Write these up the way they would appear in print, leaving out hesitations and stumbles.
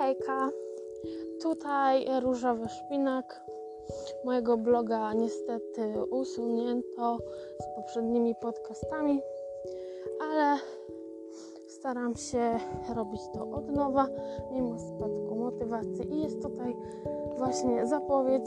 Hejka, tutaj Różowy Szpinak. Mojego bloga niestety usunięto z poprzednimi podcastami, ale staram się robić to od nowa, mimo spadku motywacji. I jest tutaj właśnie zapowiedź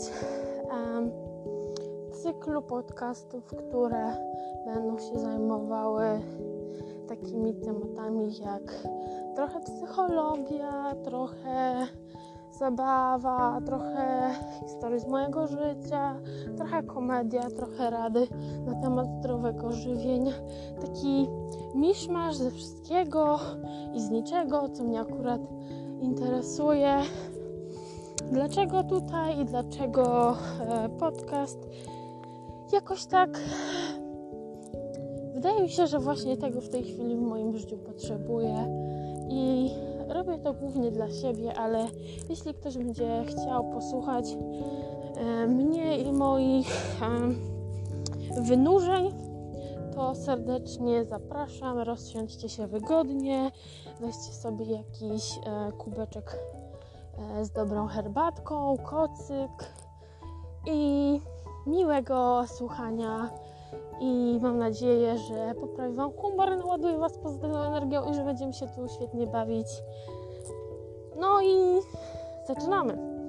cyklu podcastów, które będą się zajmowały takimi tematami jak trochę psychologia, trochę zabawa, trochę historii z mojego życia, trochę komedia, trochę rady na temat zdrowego żywienia. Taki miszmasz ze wszystkiego i z niczego, co mnie akurat interesuje. Dlaczego tutaj i dlaczego podcast? Jakoś tak wydaje mi się, że właśnie tego w tej chwili w moim życiu potrzebuję i robię to głównie dla siebie, ale jeśli ktoś będzie chciał posłuchać mnie i moich wynurzeń, to serdecznie zapraszam. Rozsiądźcie się wygodnie, weźcie sobie jakiś kubeczek z dobrą herbatką, kocyk i miłego słuchania. I mam nadzieję, że poprawi Wam humor, naładuje Was pozytywną energią i że będziemy się tu świetnie bawić. No i zaczynamy!